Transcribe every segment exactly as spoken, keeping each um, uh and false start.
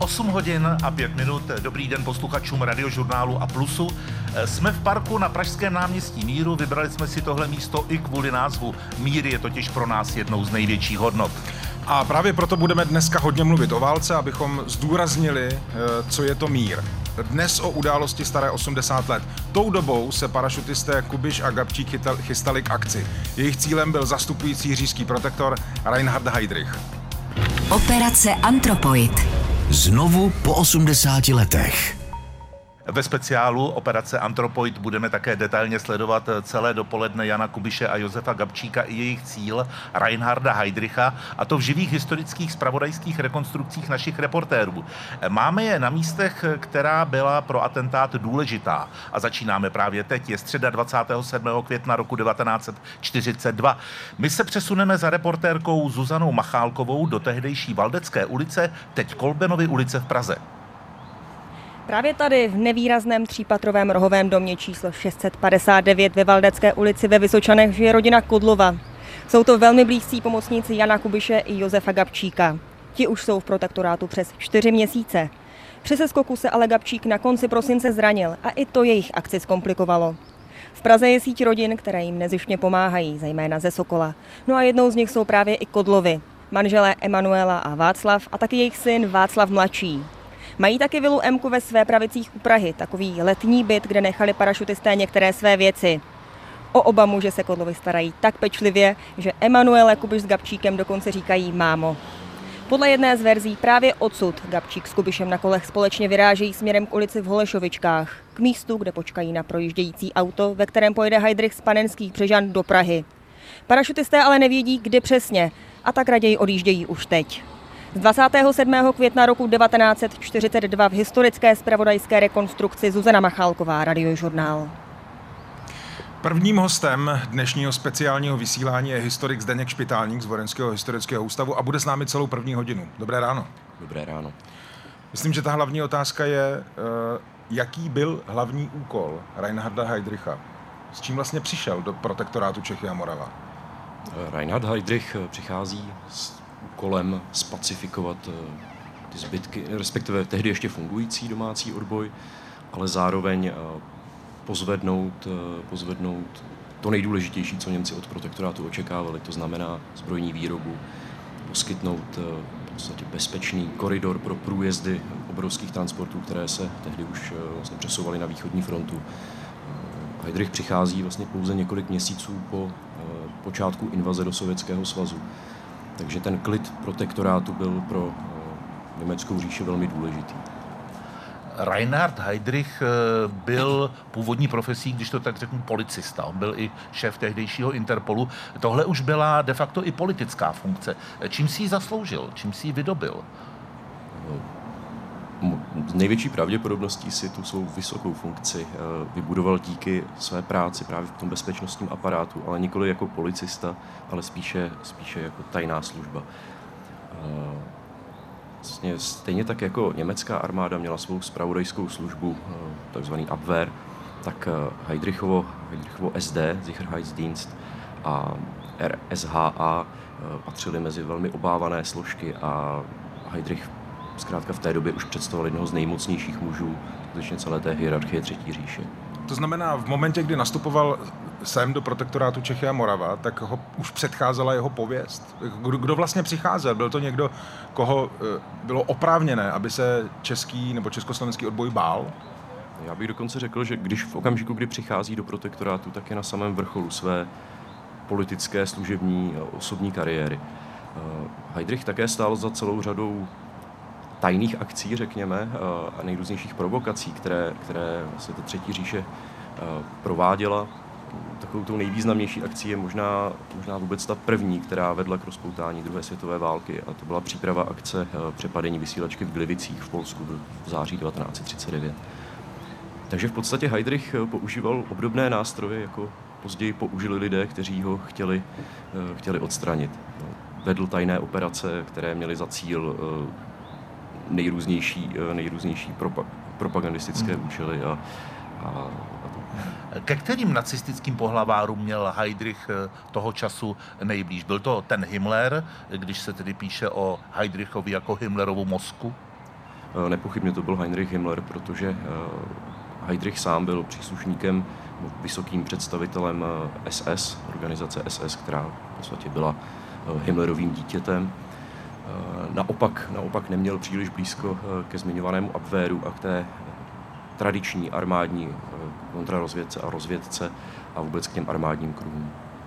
osm hodin a pět minut. Dobrý den posluchačům Radiožurnálu a Plusu. Jsme v parku na pražském náměstí Míru. Vybrali jsme si tohle místo i kvůli názvu. Mír je totiž pro nás jednou z největších hodnot. A právě proto budeme dneska hodně mluvit o válce, abychom zdůraznili, co je to mír. Dnes o události staré osmdesát let. Tou dobou se parašutisté Kubiš a Gabčík chystali k akci. Jejich cílem byl zastupující říšský protektor Reinhard Heydrich. Operace Anthropoid. Znovu po osmdesáti letech. Ve speciálu Operace Anthropoid budeme také detailně sledovat celé dopoledne Jana Kubiše a Josefa Gabčíka i jejich cíl Reinharda Heydricha, a to v živých historických zpravodajských rekonstrukcích našich reportérů. Máme je na místech, která byla pro atentát důležitá, a začínáme právě teď. Je středa dvacátého sedmého května roku devatenáct set čtyřicet dva. My se přesuneme za reportérkou Zuzanou Machálkovou do tehdejší Valdecké ulice, teď Kolbenovy ulice v Praze. Právě tady v nevýrazném třípatrovém rohovém domě číslo šest set padesát devět ve Valdecké ulici ve Vysočanech žije rodina Kudlova. Jsou to velmi blízcí pomocníci Jana Kubiše i Josefa Gabčíka. Ti už jsou v protektorátu přes čtyři měsíce. Při seskoku se ale Gabčík na konci prosince zranil a i to jejich akci zkomplikovalo. V Praze je síť rodin, které jim nezištně pomáhají, zejména ze Sokola. No a jednou z nich jsou právě i Kudlovi, manželé Emanuela a Václav a taky jejich syn Václav mladší. Mají taky vilu Emku ve své pravicích u Prahy, takový letní byt, kde nechali parašutisté některé své věci. O oba muže se Kudlovi starají tak pečlivě, že Emanuele Kubiš s Gabčíkem dokonce říkají mámo. Podle jedné z verzí právě odsud Gabčík s Kubišem na kolech společně vyrážejí směrem k ulici v Holešovičkách, k místu, kde počkají na projíždějící auto, ve kterém pojede Heydrich z Panenských Břežan do Prahy. Parašutisté ale nevědí, kdy přesně, a tak raději odjíždějí už teď. Z dvacátého sedmého května roku devatenáct set čtyřicet dva v historické zpravodajské rekonstrukci Zuzana Machálková, Radiožurnál. Prvním hostem dnešního speciálního vysílání je historik Zdeněk Špitálník z Vojenského historického ústavu a bude s námi celou první hodinu. Dobré ráno. Dobré ráno. Myslím, že ta hlavní otázka je, jaký byl hlavní úkol Reinharda Heydricha? S čím vlastně přišel do protektorátu Čechy a Morava? Reinhard Heydrich přichází s úkolem spacifikovat ty zbytky, respektive tehdy ještě fungující domácí odboj, ale zároveň pozvednout, pozvednout to nejdůležitější, co Němci od protektorátu očekávali, to znamená zbrojní výrobu, poskytnout v podstatě bezpečný koridor pro průjezdy obrovských transportů, které se tehdy už vlastně přesouvaly na východní frontu. Heydrich přichází vlastně pouze několik měsíců po počátku invaze do Sovětského svazu. Takže ten klid protektorátu byl pro německou říši velmi důležitý. Reinhard Heydrich byl původní profesí, když to tak řeknu, policista. On byl i šéf tehdejšího Interpolu. Tohle už byla de facto i politická funkce. Čím si ji zasloužil? Čím si ji vydobil? Z největší pravděpodobností si tu svou vysokou funkci vybudoval díky své práci právě v tom bezpečnostním aparátu, ale nikoli jako policista, ale spíše, spíše jako tajná služba. Vlastně stejně tak jako německá armáda měla svou zpravodajskou službu, takzvaný Abwehr, tak Heydrichovo, Heydrichovo S D, Sicherheitsdienst, a R S H A patřily mezi velmi obávané složky a Heydrich zkrátka v té době už představoval jednoho z nejmocnějších mužů skutečně celé té hierarchie Třetí říše. To znamená, v momentě, kdy nastupoval sem do protektorátu Čechy a Morava, tak ho už předcházela jeho pověst. Kdo, kdo vlastně přicházel? Byl to někdo, koho bylo oprávněné, aby se český nebo československý odboj bál? Já bych dokonce řekl, že když v okamžiku, kdy přichází do protektorátu, tak je na samém vrcholu své politické, služební, osobní kariéry. Heydrich také stál za celou řadou tajných akcí, řekněme, a nejrůznějších provokací, které, které vlastně ta Třetí říše prováděla. Takovou tou nejvýznamnější akcí je možná, možná vůbec ta první, která vedla k rozpoutání druhé světové války, a to byla příprava akce přepadení vysílačky v Glivicích v Polsku v září devatenáct set třicet devět. Takže v podstatě Heydrich používal obdobné nástroje, jako později použili lidé, kteří ho chtěli, chtěli odstranit. Vedl tajné operace, které měly za cíl nejrůznější, nejrůznější propa- propagandistické hmm. účely. A, a, Ke kterým nacistickým pohlavárům měl Heydrich toho času nejblíž? Byl to ten Himmler, když se tedy píše o Heydrichovi jako Himmlerovu mozku? Nepochybně to byl Heinrich Himmler, protože Heydrich sám byl příslušníkem, vysokým představitelem S S, organizace S S, která v podstatě byla Himmlerovým dítětem. Naopak, naopak neměl příliš blízko ke zmiňovanému Abwehru a k té tradiční armádní kontrarozvědce a rozvědce a vůbec k těm armádním kruhům.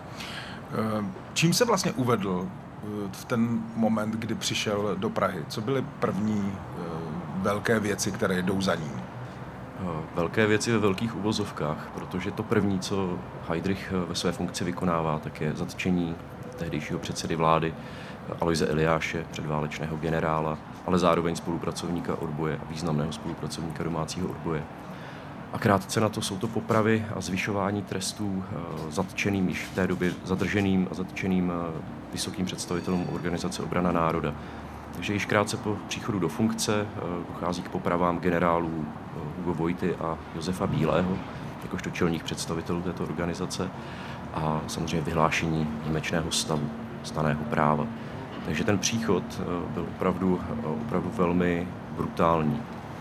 Čím se vlastně uvedl v ten moment, kdy přišel do Prahy? Co byly první velké věci, které jdou za ním? Velké věci ve velkých uvozovkách, protože to první, co Heydrich ve své funkci vykonává, tak je zatčení tehdejšího předsedy vlády Alojze Eliáše, předválečného generála, ale zároveň spolupracovníka odboje a významného spolupracovníka domácího odboje. A krátce na to jsou to popravy a zvyšování trestů zatčeným již v té době zadrženým a zatčeným vysokým představitelům organizace Obrana národa. Takže již krátce po příchodu do funkce dochází k popravám generálů Hugo Vojty a Josefa Bílého, jakožto čelních představitelů této organizace, a samozřejmě vyhlášení výjimečného stavu, stanného práva. Takže ten příchod byl opravdu, opravdu velmi brutální.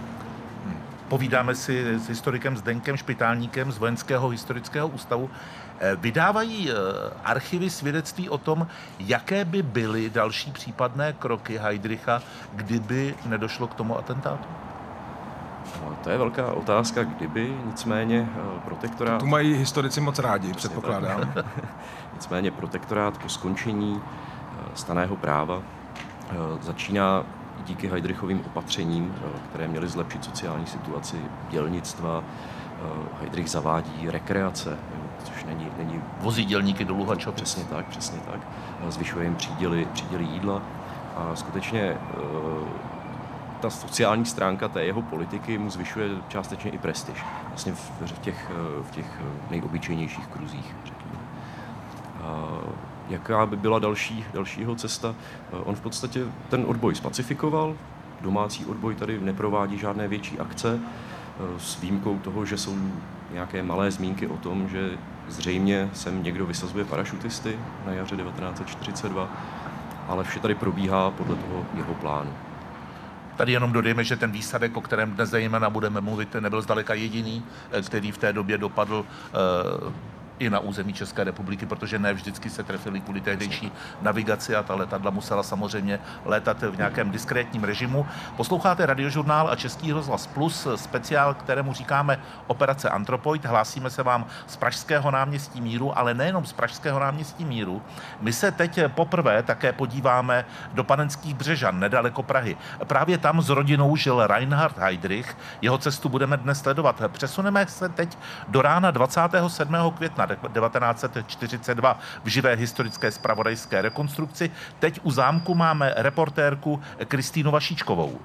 Povídáme si s historikem Zdeňkem Špitálníkem z Vojenského historického ústavu. Vydávají archivy svědectví o tom, jaké by byly další případné kroky Heydricha, kdyby nedošlo k tomu atentátu? To je velká otázka, kdyby, nicméně protektorát... Tu mají historici moc rádi, předpokládám. Nicméně protektorát po skončení stanného práva začíná díky Heydrichovým opatřením, které měly zlepšit sociální situaci dělnictva. Heydrich zavádí rekreace, což není... není... Vozí dělníky do Luhačovic. Přesně tak, přesně tak. Zvyšuje jim příděly, příděly jídla a skutečně ta sociální stránka té jeho politiky mu zvyšuje částečně i prestiž. Vlastně v, v, těch, v těch nejobyčejnějších kruzích, řekněme. Jaká by byla další, další jeho cesta? On v podstatě ten odboj spacifikoval, domácí odboj tady neprovádí žádné větší akce, s výjimkou toho, že jsou nějaké malé zmínky o tom, že zřejmě sem někdo vysazuje parašutisty na jaře devatenáct set čtyřicet dva, ale vše tady probíhá podle toho jeho plánu. Tady jenom dodejme, že ten výsadek, o kterém dnes zejména budeme mluvit, nebyl zdaleka jediný, který v té době dopadl uh, i na území České republiky, protože ne vždycky se trefili kvůli tehdejší navigaci a ta letadla musela samozřejmě létat v nějakém diskrétním režimu. Posloucháte Radiožurnál a Český rozhlas Plus, speciál, kterému říkáme Operace Antropoid. Hlásíme se vám z Pražského náměstí Míru, ale nejenom z Pražského náměstí Míru. My se teď poprvé také podíváme do Panenských Břežan, nedaleko Prahy. Právě tam s rodinou žil Reinhard Heydrich. Jeho cestu budeme dnes sledovat. Přesuneme se teď do rána dvacátého sedmého května devatenáct set čtyřicet dva v živé historické zpravodajské rekonstrukci. Teď u zámku máme reportérku Kristýnu Vašíčkovou.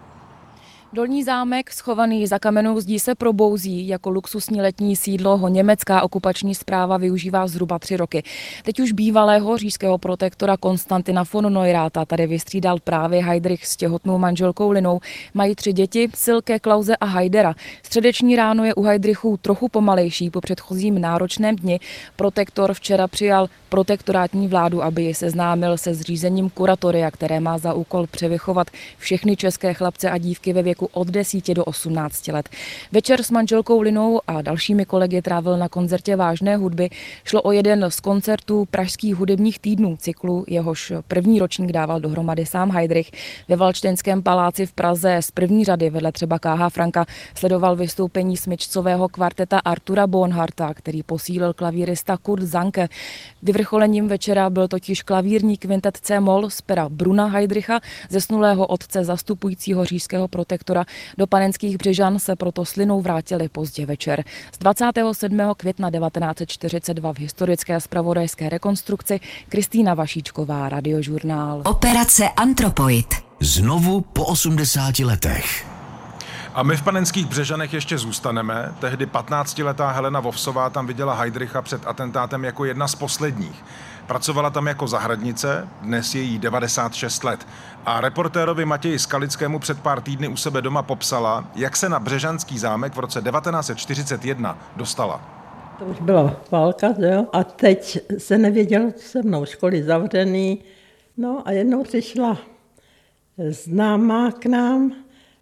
Dolní zámek, schovaný za kamennou zdí, se probouzí. Jako luxusní letní sídlo ho německá okupační správa využívá zhruba tři roky. Teď už bývalého říšského protektora Konstantina von Neurata tady vystřídal právě Heydrich s těhotnou manželkou Linou. Mají tři děti, Silke, Klause a Heidera. Středeční ráno je u Heydrichů trochu pomalejší po předchozím náročném dni. Protektor včera přijal protektorátní vládu, aby ji seznámil se zřízením kuratoria, které má za úkol převychovat všechny české chlapce a dívky ve věku od deseti do osmnácti let. Večer s manželkou Linou a dalšími kolegy trávil na koncertě vážné hudby. Šlo o jeden z koncertů pražských hudebních týdnů cyklu, jehož první ročník dával dohromady sám Heydrich. Ve Valdštejnském paláci v Praze z první řady vedle třeba K H Franka sledoval vystoupení smyčcového kvarteta Artura Bonharta, který posílil klavírista Kurt Zanke. Vyvrcholením večera byl totiž klavírní kvintet C-moll z pera Bruna Heydricha, zesnulého otce zastupujícího říšského protektora. Do Panenských Břežan se proto s Linou vrátili pozdě večer. Z dvacátého sedmého května devatenáct set čtyřicet dva v historické zpravodajské rekonstrukci Kristýna Vašíčková, Radiožurnál. Operace Antropoid. Znovu po osmdesáti letech. A my v Panenských Břežanech ještě zůstaneme. Tehdy patnáctiletá Helena Vovsová tam viděla Heydricha před atentátem jako jedna z posledních. Pracovala tam jako zahradnice, dnes je jí devadesát šest let. A reportérovi Matěji Skalickému před pár týdny u sebe doma popsala, jak se na Břežanský zámek v roce devatenáct set čtyřicet jedna dostala. To už byla válka, jo? A teď se nevědělo, co se mnou, školy zavřený. No a jednou přišla známá k nám,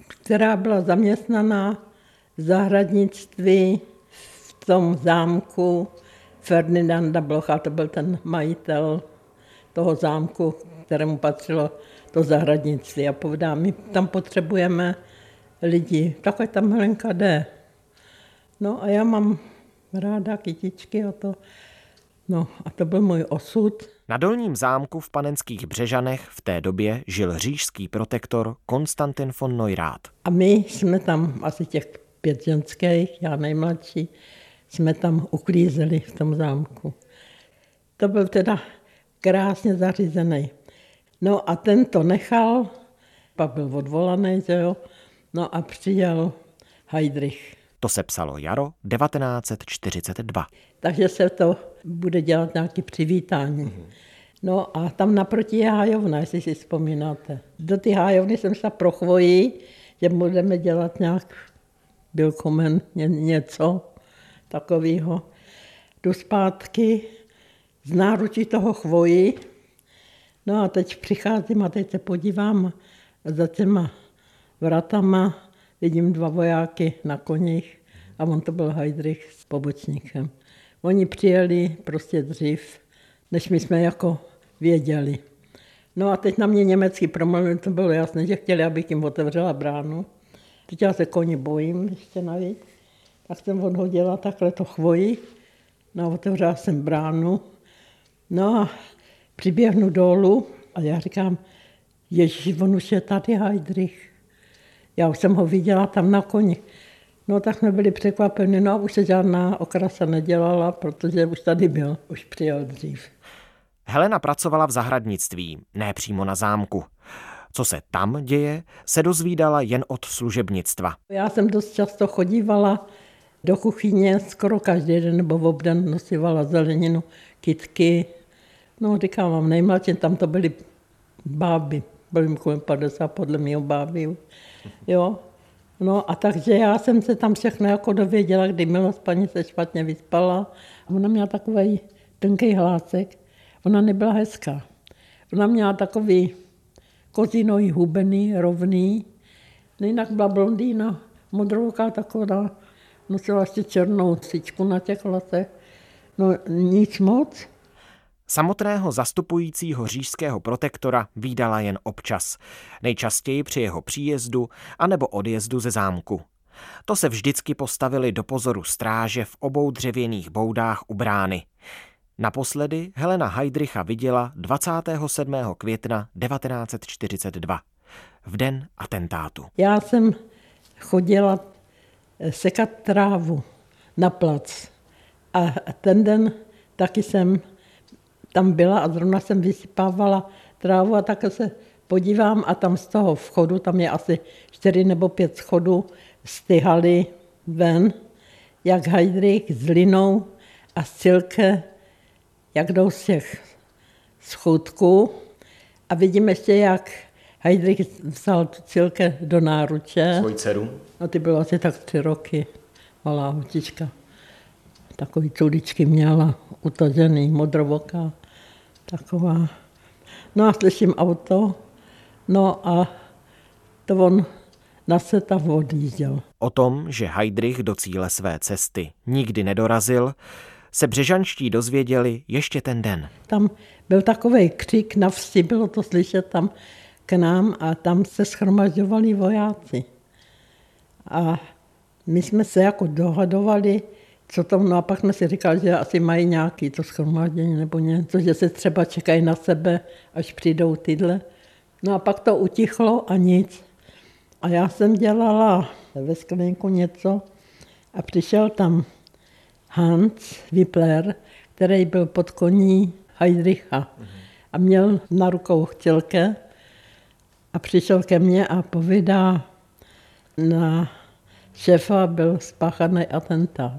která byla zaměstnaná v zahradnictví v tom zámku Ferdinanda Blocha, to byl ten majitel toho zámku, kterému patřilo to zahradnictví. A povedá, my tam potřebujeme lidi, takhle tam Helenka jde. No a já mám ráda kytičky a to, no a to byl můj osud. Na Dolním zámku v Panenských Břežanech v té době žil říšský protektor Konstantin von Neurath. A my jsme tam, asi těch pět ženských, já nejmladší, jsme tam uklízeli v tom zámku. To byl teda krásně zařízený. No a ten to nechal, pak byl odvolaný, že jo, no a přijel Heydrich. To se psalo jaro devatenáct set čtyřicet dva. Takže se to bude dělat nějaké přivítání. No a tam naproti je hájovna, jestli si vzpomínáte. Do ty hájovny jsem šla pro chvoji, že budeme dělat nějak bílkomen, něco takového. Jdu zpátky z náručí toho chvoji. No a teď přicházím a teď se podívám za těma vratama, vidím dva vojáky na koních a on to byl Heydrich s pobočníkem. Oni přijeli prostě dřív, než my jsme jako věděli. No a teď na mě německy promluvili, to bylo jasné, že chtěli, abych jim otevřela bránu. Teď já se koní bojím ještě navíc. Tak jsem odhodila takhle to chvoji, no a otevřela jsem bránu. No a přiběhnu dolů a já říkám, ježiš, on už je tady Heydrich. Já už jsem ho viděla tam na koni. No tak jsme byli překvapeni, no a už se žádná okrasa nedělala, protože už tady byl, už přijel dřív. Helena pracovala v zahradnictví, ne přímo na zámku. Co se tam děje, se dozvídala jen od služebnictva. Já jsem dost často chodívala do kuchyně, skoro každý den nebo v obden nosívala zeleninu, kytky. No říkám vám, nejmladší, tam to byly báby, byly mi kolem padesát podle mého báby. Jo. No a takže já jsem se tam všechno jako dověděla, kdy milost paní se špatně vyspala. Ona měla takový tenký hlásek, ona nebyla hezká. Ona měla takový kozínový hubený, rovný, no jinak byla blondýna, modrouká taková, nosila ještě černou sičku na těch vlasech, no nic moc. Samotného zastupujícího říšského protektora vídala jen občas, nejčastěji při jeho příjezdu anebo odjezdu ze zámku. To se vždycky postavili do pozoru stráže v obou dřevěných boudách u brány. Naposledy Helena Heydricha viděla dvacátého sedmého května devatenáct set čtyřicet dva, v den atentátu. Já jsem chodila sekat trávu na plac a ten den taky jsem tam byla a zrovna jsem vysypávala trávu a také se podívám a tam z toho vchodu, tam je asi čtyři nebo pět schodů, styhali ven, jak Heydrich s Linou a s Cilke, jak jdou z těch schůdků a vidím ještě, jak Heydrich vzal tu Cilke do náruče. Svoji dceru? No ty bylo asi tak tři roky, malá holčička. Takový culičky měla, utažený, modrovoká, taková. No a slyším auto, no a to on naset a odjížděl. O tom, že Heydrich do cíle své cesty nikdy nedorazil, se břežanští dozvěděli ještě ten den. Tam byl takovej křik na vsi, bylo to slyšet tam k nám a tam se shromažďovali vojáci. A my jsme se jako dohadovali, co tam, no a pak jsme si říkali, že asi mají nějaký to shromáždění nebo něco, že se třeba čekají na sebe, až přijdou tyhle. No a pak to utichlo a nic. A já jsem dělala ve skleníku něco a přišel tam Hans Wippler, který byl pod koní Heydricha a měl na rukou Cilke a přišel ke mně a povídá, na šéfa byl spáchaný atentát.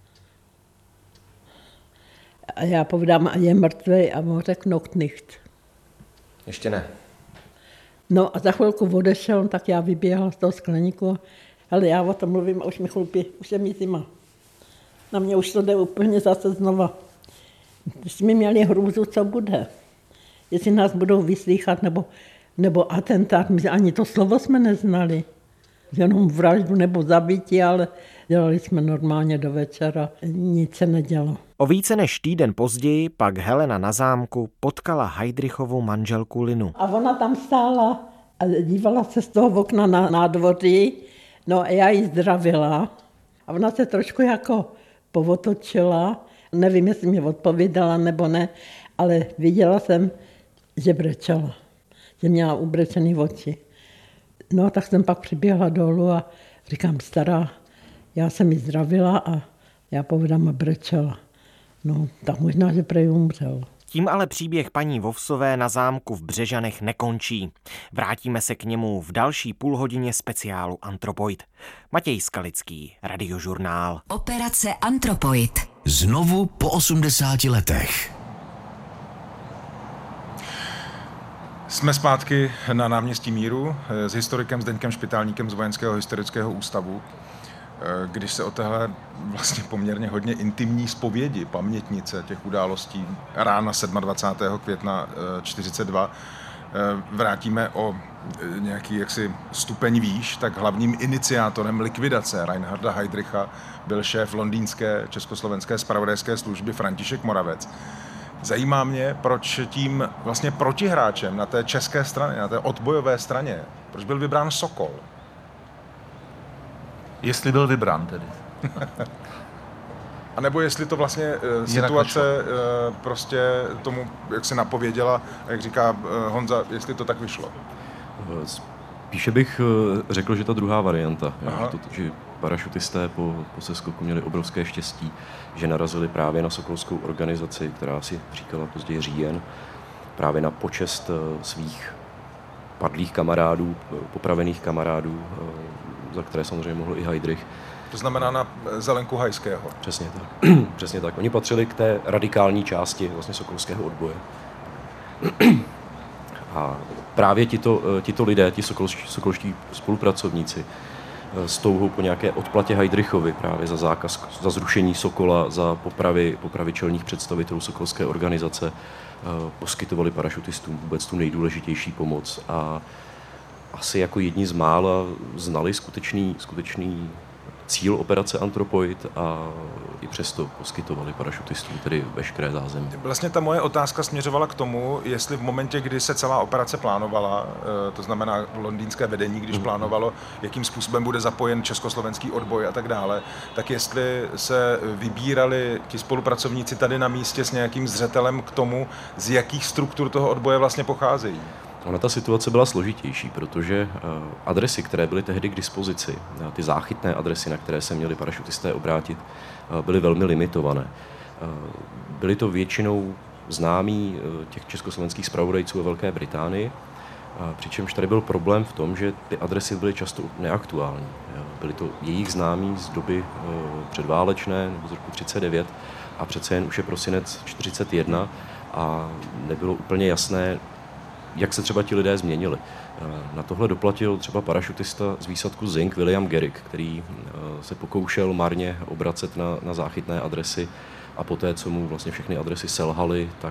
A já povídám, a je mrtvý a mu řekl nicht. Ještě ne. No a za chvilku odešel, tak já vyběhla z toho skleníku. Ale já o tom mluvím a už mi chlupí, už je mi zima. Na mě už to jde úplně zase znova. Jsme měli hrůzu, co bude. Jestli nás budou vyslýchat, nebo, nebo atentát, my ani to slovo jsme neznali. jenom vraždu nebo zabití, ale dělali jsme normálně do večera, nic se nedělo. O více než týden později pak Helena na zámku potkala Heydrichovu manželku Linu. A ona tam stála a dívala se z toho okna na nádvoří, no a já ji zdravila a ona se trošku jako povotočila, nevím, jestli mě odpovídala nebo ne, ale viděla jsem, že brečela, že měla ubrečený oči. No tak jsem pak přiběhla dolů a říkám, stará, já jsem ji zdravila a já povídám a brečela. No, tak možná, že prej umřel. Tím ale příběh paní Vovsové na zámku v Břežanech nekončí. Vrátíme se k němu v další půlhodině speciálu Antropoid. Matěj Skalický, Radiožurnál. Operace Antropoid. Znovu po osmdesáti letech. Jsme zpátky na náměstí Míru s historikem Zdeňkem Špitálníkem z Vojenského historického ústavu. Když se o téhle vlastně poměrně hodně intimní zpovědi, pamětnice těch událostí rána dvacátého sedmého května čtyřicet dva vrátíme o nějaký jaksi stupeň výš, tak hlavním iniciátorem likvidace Reinharda Heydricha byl šéf londýnské československé zpravodajské služby František Moravec. Zajímá mě, proč tím vlastně protihráčem na té české straně, na té odbojové straně, proč byl vybrán Sokol? Jestli byl vybrán tedy. A nebo jestli to vlastně uh, situace uh, prostě tomu, jak se napověděla, jak říká uh, Honza, jestli to tak vyšlo. Spíše bych uh, řekl, že ta druhá varianta, jo, to, že parašutisté po, po seskoku měli obrovské štěstí, že narazili právě na sokolskou organizaci, která si říkala později Říjen, právě na počest uh, svých padlých kamarádů, popravených kamarádů, uh, za které samozřejmě mohl i Heydrich. To znamená na Zelenku Hajského. Přesně tak. Přesně tak. Oni patřili k té radikální části vlastně sokolského odboje. A právě tito, tito lidé, ti sokolští, sokolští spolupracovníci s touhou po nějaké odplatě Heydrichovi právě za zákaz, za zrušení Sokola, za popravy, popravy čelních představitelů sokolské organizace poskytovali parašutistům vůbec tu nejdůležitější pomoc a asi jako jedni z mála znali skutečný, skutečný cíl operace Antropoid a i přesto poskytovali parašutistům tedy veškeré zázemí. Vlastně ta moje otázka směřovala k tomu, jestli v momentě, kdy se celá operace plánovala, to znamená londýnské vedení, když plánovalo, jakým způsobem bude zapojen československý odboj a tak dále, tak jestli se vybírali ti spolupracovníci tady na místě s nějakým zřetelem k tomu, z jakých struktur toho odboje vlastně pocházejí. Ona ta situace byla složitější, protože adresy, které byly tehdy k dispozici, ty záchytné adresy, na které se měli parašutisté obrátit, byly velmi limitované. Byly to většinou známí těch československých zpravodajců ve Velké Británii, přičemž tady byl problém v tom, že ty adresy byly často neaktuální. Byly to jejich známí z doby předválečné nebo z roku třicet devět a přece jen už je prosinec čtyřicet jedna a nebylo úplně jasné, jak se třeba ti lidé změnili. Na tohle doplatil třeba parašutista z výsadku Zink William Garrick, který se pokoušel marně obracet na, na záchytné adresy a poté, co mu vlastně všechny adresy selhaly, tak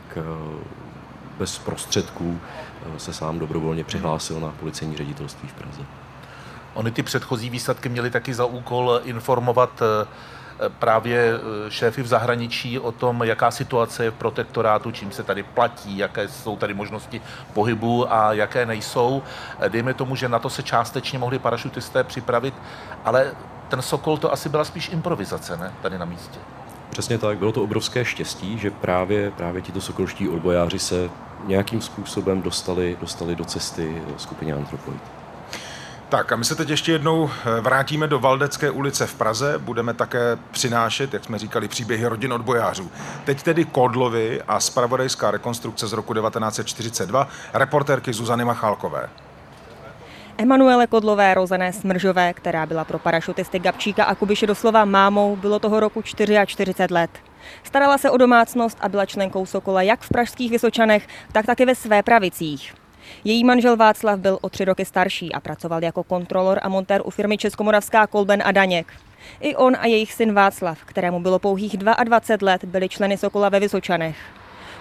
bez prostředků se sám dobrovolně přihlásil na policejní ředitelství v Praze. Ony ty předchozí výsadky měly taky za úkol informovat právě šéfy v zahraničí o tom, jaká situace je v protektorátu, čím se tady platí, jaké jsou tady možnosti pohybu a jaké nejsou. Dejme tomu, že na to se částečně mohli parašutisté připravit, ale ten Sokol to asi byla spíš improvizace, ne? Tady na místě. Přesně tak, bylo to obrovské štěstí, že právě, právě tito sokolští odbojáři se nějakým způsobem dostali, dostali do cesty skupině Antropoid. Tak a my se teď ještě jednou vrátíme do Valdecké ulice v Praze. Budeme také přinášet, jak jsme říkali, příběhy rodin odbojářů. Teď tedy Kodlovy a zpravodajská rekonstrukce z roku devatenáct set čtyřicet dva reportérky Zuzany Machálkové. Emanuele Kodlové, rozené Smržové, která byla pro parašutisty Gabčíka a Kubiše doslova mámou, bylo toho roku čtyřicet čtyři let. Starala se o domácnost a byla členkou Sokola jak v pražských Vysočanech, tak taky ve Svépravicích. Její manžel Václav byl o tři roky starší a pracoval jako kontrolor a montér u firmy Českomoravská Kolben a Daněk. I on a jejich syn Václav, kterému bylo pouhých dvacet dva let, byli členy Sokola ve Vysočanech.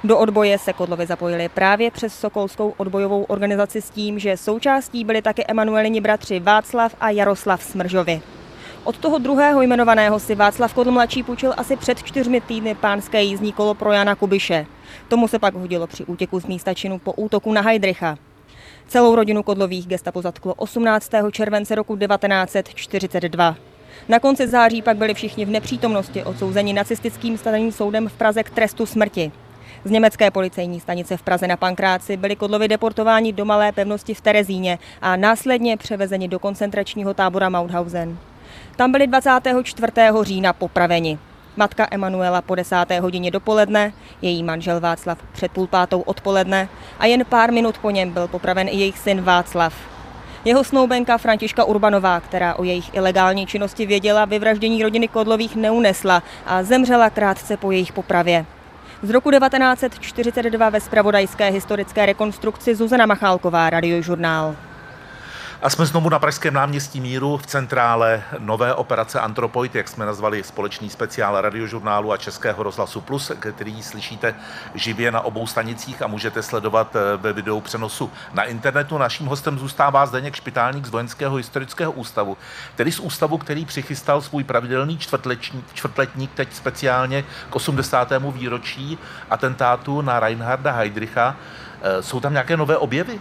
Do odboje se Kodlovi zapojili právě přes Sokolskou odbojovou organizaci s tím, že součástí byli také Emanuelini bratři Václav a Jaroslav Smržovi. Od toho druhého jmenovaného si Václav Kodl mladší půjčil asi před čtyřmi týdny pánské jízdní kolo pro Jana Kubiše. Tomu se pak hodilo při útěku z místa činu po útoku na Heydricha. Celou rodinu Kodlových gestapo zatklo osmnáctého července roku devatenáct set čtyřicet dva. Na konci září pak byli všichni v nepřítomnosti odsouzeni nacistickým statným soudem v Praze k trestu smrti. Z německé policejní stanice v Praze na Pankráci byli Kodlovi deportováni do malé pevnosti v Terezíně a následně převezeni do koncentračního tábora Mauthausen. Tam byli dvacátého čtvrtého října popraveni. Matka Emanuela po desáté hodině dopoledne, její manžel Václav před půl pátou odpoledne a jen pár minut po něm byl popraven i jejich syn Václav. Jeho snoubenka Františka Urbanová, která o jejich ilegální činnosti věděla, vyvraždění rodiny Kodlových neunesla a zemřela krátce po jejich popravě. Z roku devatenáct set čtyřicet dva ve zpravodajské historické rekonstrukci Zuzana Machálková, Radiožurnál. A jsme znovu na Pražském náměstí Míru v centrále nové operace Antropoid, jak jsme nazvali společný speciál Radiožurnálu a Českého rozhlasu Plus, který slyšíte živě na obou stanicích a můžete sledovat ve videu přenosu na internetu. Naším hostem zůstává Zdeněk Špitálník z Vojenského historického ústavu, tedy z ústavu, který přichystal svůj pravidelný čtvrtletník teď speciálně k osmdesátému výročí atentátu na Reinharda Heydricha. Jsou tam nějaké nové objevy?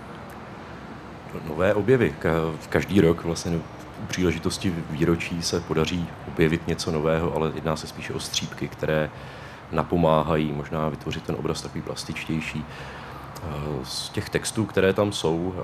Nové objevy. Každý rok vlastně u příležitosti výročí se podaří objevit něco nového, ale jedná se spíše o střípky, které napomáhají možná vytvořit ten obraz takový plastičtější. Z těch textů, které tam jsou,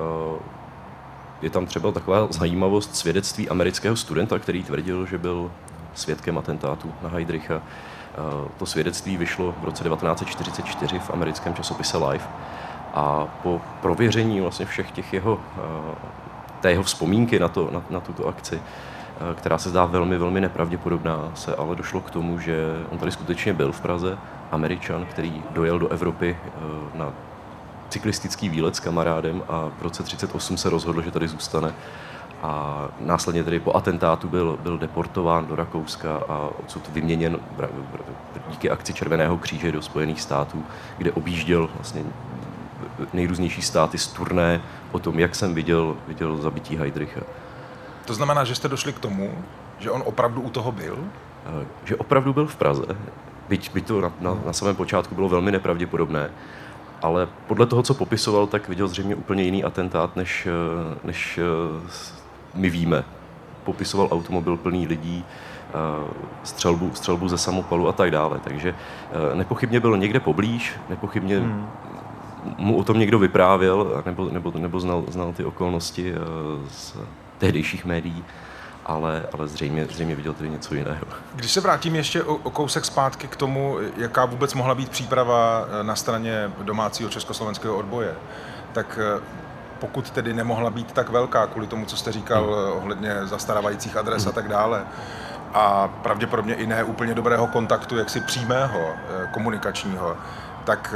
je tam třeba taková zajímavost svědectví amerického studenta, který tvrdil, že byl svědkem atentátu na Heydricha. To svědectví vyšlo v roce devatenáct set čtyřicet čtyři v americkém časopise Life. A po prověření vlastně všech těch jeho, té jeho vzpomínky na, to, na, na tuto akci, která se zdá velmi, velmi nepravděpodobná, se ale došlo k tomu, že on tady skutečně byl v Praze, Američan, který dojel do Evropy na cyklistický výlet s kamarádem a v roce třicet osm se rozhodl, že tady zůstane. A následně tedy po atentátu byl, byl deportován do Rakouska a odsud vyměněn díky akci Červeného kříže do Spojených států, kde objížděl vlastně nejrůznější státy z turné o tom, jak jsem viděl, viděl zabití Heydricha. To znamená, že jste došli k tomu, že on opravdu u toho byl? Že opravdu byl v Praze. Byť, byť to na, na, na samém počátku bylo velmi nepravděpodobné, ale podle toho, co popisoval, tak viděl zřejmě úplně jiný atentát, než, než my víme. Popisoval automobil plný lidí, střelbu, střelbu ze samopalu a tak dále. Takže nepochybně byl někde poblíž, nepochybně hmm. mu o tom někdo vyprávěl, nebo, nebo, nebo znal, znal ty okolnosti z tehdejších médií, ale, ale zřejmě, zřejmě viděl tedy něco jiného. Když se vrátím ještě o, o kousek zpátky k tomu, jaká vůbec mohla být příprava na straně domácího československého odboje, tak pokud tedy nemohla být tak velká kvůli tomu, co jste říkal hmm. ohledně zastarávajících adres hmm. a tak dále, a pravděpodobně i ne úplně dobrého kontaktu, jaksi přímého, komunikačního, tak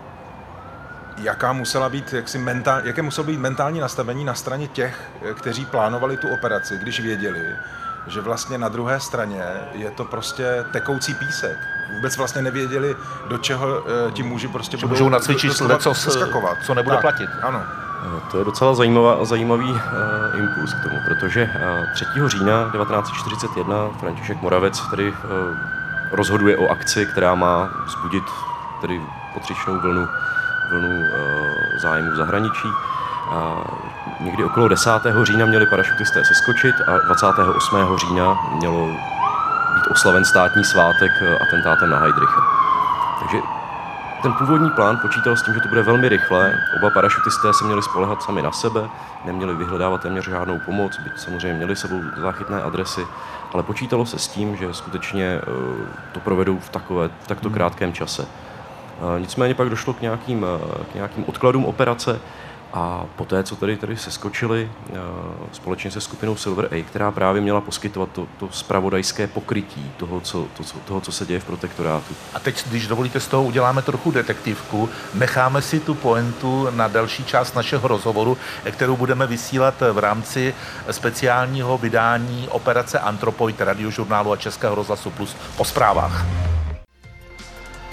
jaká musela být, jaksi mentál, jaké muselo být mentální nastavení na straně těch, kteří plánovali tu operaci, když věděli, že vlastně na druhé straně je to prostě tekoucí písek. Vůbec vlastně nevěděli, do čeho ti muži prostě budou můžou nacvičit, co, co nebude tak platit. Ano. To je docela zajímavá, zajímavý uh, impuls k tomu, protože uh, třetího října devatenáct set čtyřicet jedna František Moravec tedy uh, rozhoduje o akci, která má vzbudit tedy potřičnou vlnu, vlnu uh, zájmu v zahraničí. Uh, někdy okolo desátého října měli parašutisté seskočit a dvacátého osmého října mělo být oslaven státní svátek uh, atentátem na Heydricha. Takže ten původní plán počítal s tím, že to bude velmi rychle. Oba parašutisté se měli spoléhat sami na sebe, neměli vyhledávat téměř žádnou pomoc, byť samozřejmě měli sebou záchytné adresy, ale počítalo se s tím, že skutečně to provedou v, takové, v takto krátkém čase. Nicméně pak došlo k nějakým, k nějakým odkladům operace a poté, co tady, tady seskočili společně se skupinou Silver A, která právě měla poskytovat to, to zpravodajské pokrytí toho co, to, toho, co se děje v protektorátu. A teď, když dovolíte, z toho uděláme trochu detektivku, necháme si tu pointu na další část našeho rozhovoru, kterou budeme vysílat v rámci speciálního vydání operace Antropoid Radiožurnálu a Českého rozhlasu Plus po zprávách.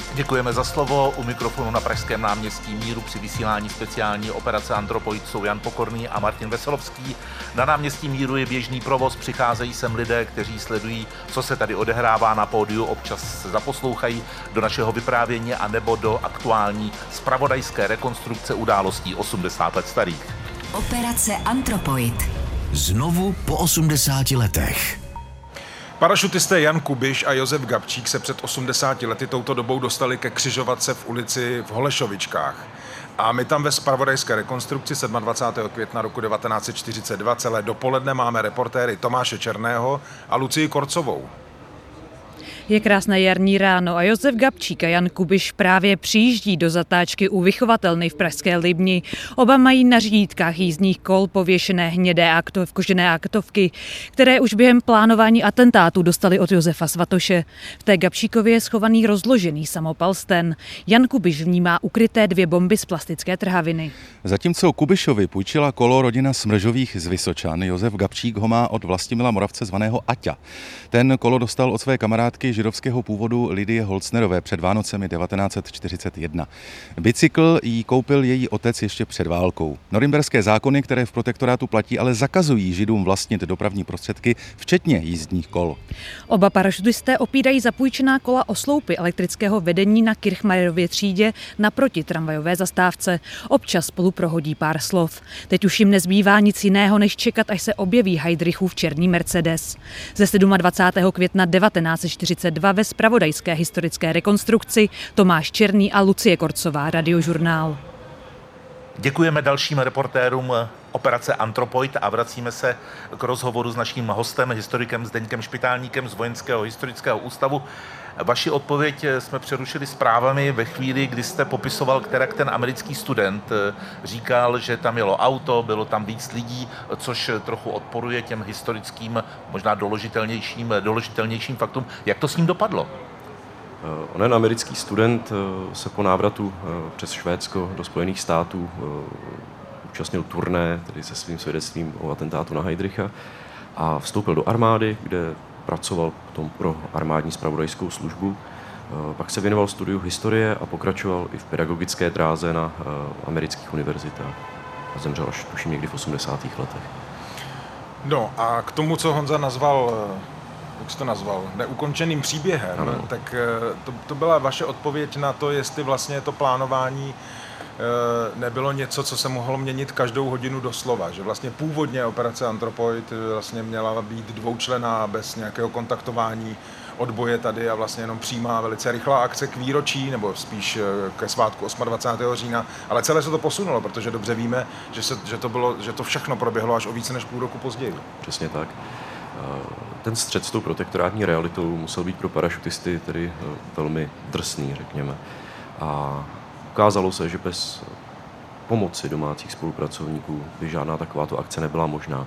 Děkujeme za slovo. U mikrofonu na Pražském náměstí Míru při vysílání speciální operace Antropoid jsou Jan Pokorný a Martin Veselovský. Na náměstí Míru je běžný provoz, přicházejí sem lidé, kteří sledují, co se tady odehrává na pódiu, občas se zaposlouchají do našeho vyprávění a nebo do aktuální zpravodajské rekonstrukce událostí osmdesát let starých. Operace Antropoid. Znovu po osmdesáti letech. Parašutisté Jan Kubiš a Josef Gabčík se před osmdesáti lety touto dobou dostali ke křižovatce v ulici v Holešovičkách. A my tam ve zpravodajské rekonstrukci dvacátého sedmého května roku devatenáct set čtyřicet dva celé dopoledne máme reportéry Tomáše Černého a Lucii Korcovou. Je krásné jarní ráno a Josef Gabčík a Jan Kubiš právě přijíždí do zatáčky u vychovatelny v pražské Libni. Oba mají na řídítkách jízdních kol pověšené hnědé aktov, kožené aktovky, které už během plánování atentátu dostali od Josefa Svatoše. V té Gabčíkově je schovaný rozložený samopal Sten. Jan Kubiš v ní má ukryté dvě bomby z plastické trhaviny. Zatímco Kubišovi půjčila kolo rodina Smržových z Vysočan, Josef Gabčík ho má od Vlastimila Moravce zvaného Aťa. Ten kolo dostal od své kamarádky židovského původu Lidie Holcnerové před Vánocemi devatenáct set čtyřicet jedna. Bicykl jí koupil její otec ještě před válkou. Norimberské zákony, které v protektorátu platí, ale zakazují Židům vlastnit dopravní prostředky, včetně jízdních kol. Oba parašutisté opírají zapůjčená kola o sloupy elektrického vedení na Kirchmayerově třídě naproti tramvajové zastávce. Občas spolu prohodí pár slov. Teď už jim nezbývá nic jiného, než čekat, až se objeví Heydrichův černý Mercedes. Ze dvacátého sedmého května devatenáct set čtyřicet dva ve zpravodajské historické rekonstrukci Tomáš Černý a Lucie Korcová, Radiožurnál. Děkujeme dalším reportérům operace Antropoid a vracíme se k rozhovoru s naším hostem, historikem Zdeňkem Špitálníkem z Vojenského historického ústavu. Vaši odpověď jsme přerušili zprávami ve chvíli, kdy jste popisoval, kterak ten americký student říkal, že tam jelo auto, bylo tam víc lidí, což trochu odporuje těm historickým, možná doložitelnějším, doložitelnějším faktům. Jak to s ním dopadlo? Onen americký student se po návratu přes Švédsko do Spojených států účastnil turné, tedy se svým svědectvím o atentátu na Heydricha, a vstoupil do armády, kde pracoval potom pro armádní zpravodajskou službu. Pak se věnoval studiu historie a pokračoval i v pedagogické dráze na amerických univerzitách. A zemřel až tuším někdy v osmdesátých letech. No a k tomu, co Honza nazval, jak jsi to nazval, neukončeným příběhem, ano. tak to, to byla vaše odpověď na to, jestli vlastně to plánování nebylo něco, co se mohlo měnit každou hodinu doslova, že vlastně původně operace Antropoid vlastně měla být dvoučlenná bez nějakého kontaktování odboje tady a vlastně jenom přímá velice rychlá akce k výročí, nebo spíš ke svátku dvacátého osmého října, ale celé se to posunulo, protože dobře víme, že, se, že, to, bylo, že to všechno proběhlo až o více než půl roku později. Přesně tak. Ten střet s tou protektorátní realitou musel být pro parašutisty tedy velmi drsný, řekněme. A ukázalo se, že bez pomoci domácích spolupracovníků by žádná takováto akce nebyla možná.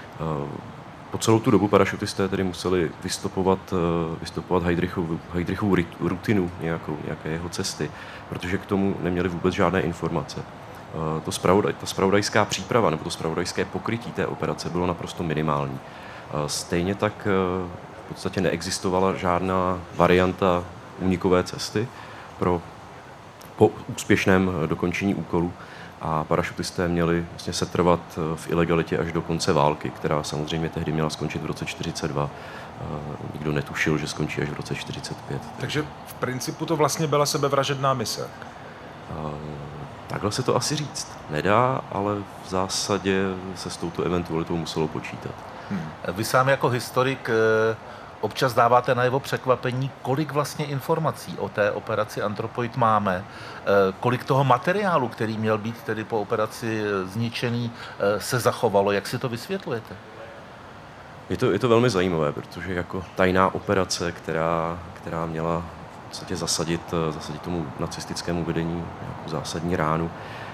Po celou tu dobu parašutisté tedy museli vystopovat, vystopovat Heydrichovu, Heydrichovu rutinu, nějakou, nějaké jeho cesty, protože k tomu neměli vůbec žádné informace. To spravodaj, ta spravodajská příprava nebo to spravodajské pokrytí té operace bylo naprosto minimální. Stejně tak v podstatě neexistovala žádná varianta únikové cesty pro po úspěšném dokončení úkolu a parašutisté měli vlastně setrvat v ilegalitě až do konce války, která samozřejmě tehdy měla skončit v roce čtyřicet dva. Nikdo netušil, že skončí až v roce čtyřicet pět. Takže v principu to vlastně byla sebevražedná mise. Takhle se to asi říct nedá, ale v zásadě se s touto eventualitou muselo počítat. Hmm. Vy sám jako historik občas dáváte najevo překvapení, kolik vlastně informací o té operaci Antropoid máme, kolik toho materiálu, který měl být tedy po operaci zničený, se zachovalo. Jak si to vysvětlujete? Je to, je to velmi zajímavé, protože jako tajná operace, která, která měla v podstatě zasadit, zasadit tomu nacistickému vedení nějakou zásadní ránu,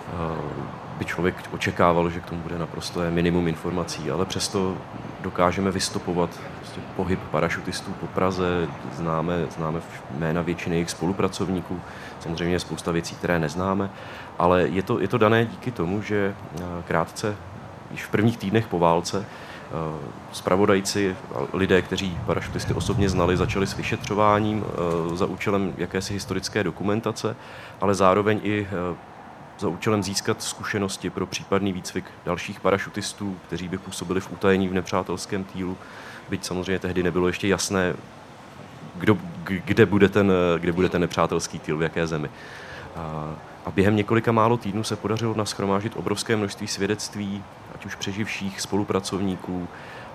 by člověk očekával, že k tomu bude naprosto minimum informací, ale přesto dokážeme vystopovat prostě pohyb parašutistů po Praze, známe, známe jména většiny jejich spolupracovníků, samozřejmě je spousta věcí, které neznáme, ale je to, je to dané díky tomu, že krátce, již v prvních týdnech po válce, Zpravodajci, lidé, kteří parašutisty osobně znali, začali s vyšetřováním za účelem jakési historické dokumentace, ale zároveň i za účelem získat zkušenosti pro případný výcvik dalších parašutistů, kteří by působili v utajení v nepřátelském týlu, byť samozřejmě tehdy nebylo ještě jasné, kdo, kde, bude ten, kde bude ten nepřátelský týl, v jaké zemi. A během několika málo týdnů se podařilo nashromáždit obrovské množství svědectví, ať už přeživších, spolupracovníků,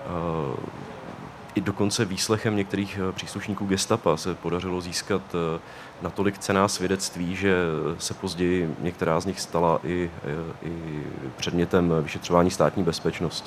i dokonce výslechem některých příslušníků gestapa se podařilo získat natolik cenná svědectví, že se později některá z nich stala i, i předmětem vyšetřování státní bezpečnosti.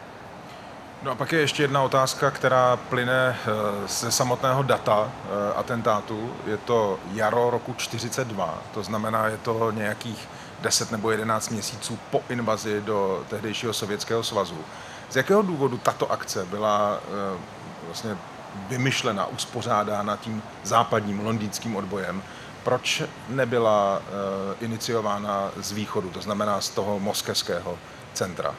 No a pak je ještě jedna otázka, která plyne ze samotného data atentátu. Je to jaro roku čtyřicet dva, to znamená, je to nějakých deset nebo jedenáct měsíců po invazi do tehdejšího Sovětského svazu. Z jakého důvodu tato akce byla vlastně vymyšlena, uspořádána tím západním londýnským odbojem? Proč nebyla iniciována z východu, to znamená z toho moskevského centra?